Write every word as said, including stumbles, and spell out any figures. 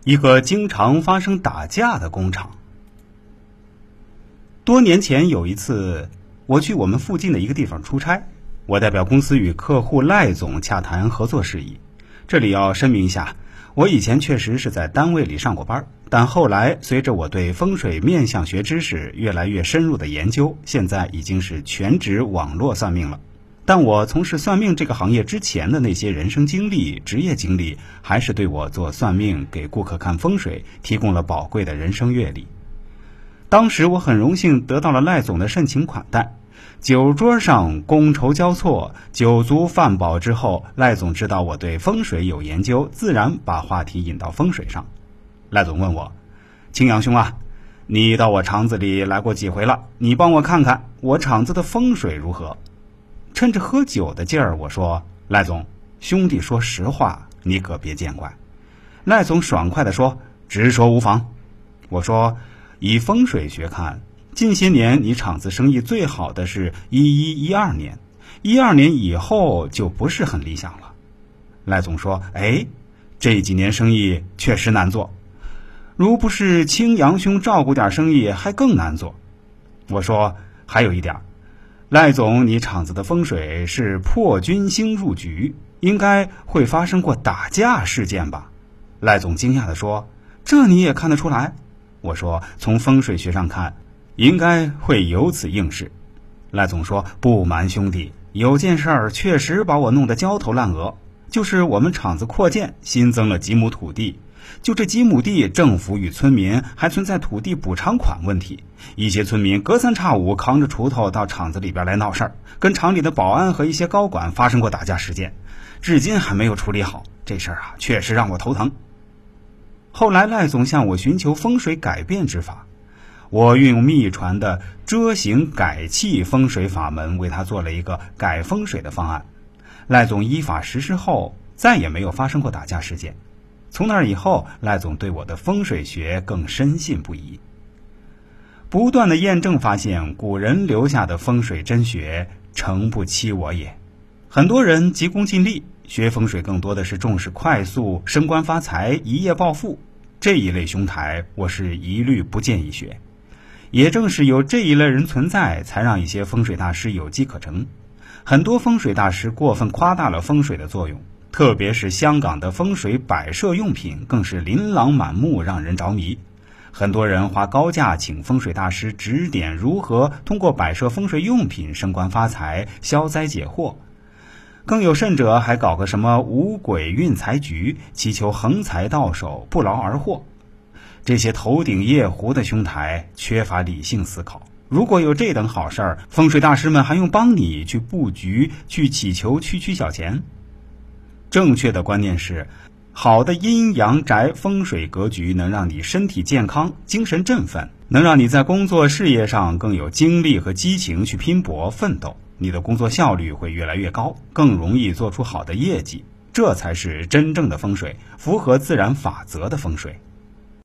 一个经常发生打架的工厂。多年前有一次，我去我们附近的一个地方出差，我代表公司与客户赖总洽谈合作事宜。这里要声明一下，我以前确实是在单位里上过班，但后来随着我对风水面相学知识越来越深入的研究，现在已经是全职网络算命了。但我从事算命这个行业之前的那些人生经历、职业经历，还是对我做算命、给顾客看风水提供了宝贵的人生阅历。当时我很荣幸得到了赖总的盛情款待，酒桌上觥筹交错，酒足饭饱之后，赖总知道我对风水有研究，自然把话题引到风水上。赖总问我：青阳兄啊，你到我厂子里来过几回了，你帮我看看我厂子的风水如何？趁着喝酒的劲儿，我说：赖总，兄弟说实话，你可别见怪。赖总爽快地说：直说无妨。我说：以风水学看，近些年你厂子生意最好的是一一一二年，一二年以后就不是很理想了。赖总说：哎，这几年生意确实难做，如不是青阳兄照顾点生意，还更难做。我说：还有一点，赖总，你厂子的风水是破军星入局，应该会发生过打架事件吧？赖总惊讶地说：这你也看得出来？我说：从风水学上看，应该会有此应试。赖总说：不瞒兄弟，有件事儿确实把我弄得焦头烂额，就是我们厂子扩建，新增了几亩土地，就这几亩地，政府与村民还存在土地补偿款问题。一些村民隔三差五扛着锄头到厂子里边来闹事儿，跟厂里的保安和一些高管发生过打架事件，至今还没有处理好。这事儿啊，确实让我头疼。后来赖总向我寻求风水改变之法，我运用秘传的遮形改气风水法门，为他做了一个改风水的方案。赖总依法实施后，再也没有发生过打架事件。从那以后，赖总对我的风水学更深信不疑，不断的验证发现古人留下的风水真学诚不欺我也。很多人急功近利，学风水更多的是重视快速升官发财、一夜暴富，这一类兄台我是一律不建议学。也正是有这一类人存在，才让一些风水大师有机可乘。很多风水大师过分夸大了风水的作用，特别是香港的风水摆设用品更是琳琅满目，让人着迷。很多人花高价请风水大师指点如何通过摆设风水用品升官发财、消灾解惑。更有甚者还搞个什么五鬼运财局，祈求横财到手，不劳而获。这些头顶夜壶的兄台缺乏理性思考，如果有这等好事儿，风水大师们还用帮你去布局、去祈求区区小钱？正确的观念是，好的阴阳宅风水格局能让你身体健康、精神振奋，能让你在工作事业上更有精力和激情去拼搏奋斗，你的工作效率会越来越高，更容易做出好的业绩。这才是真正的风水，符合自然法则的风水。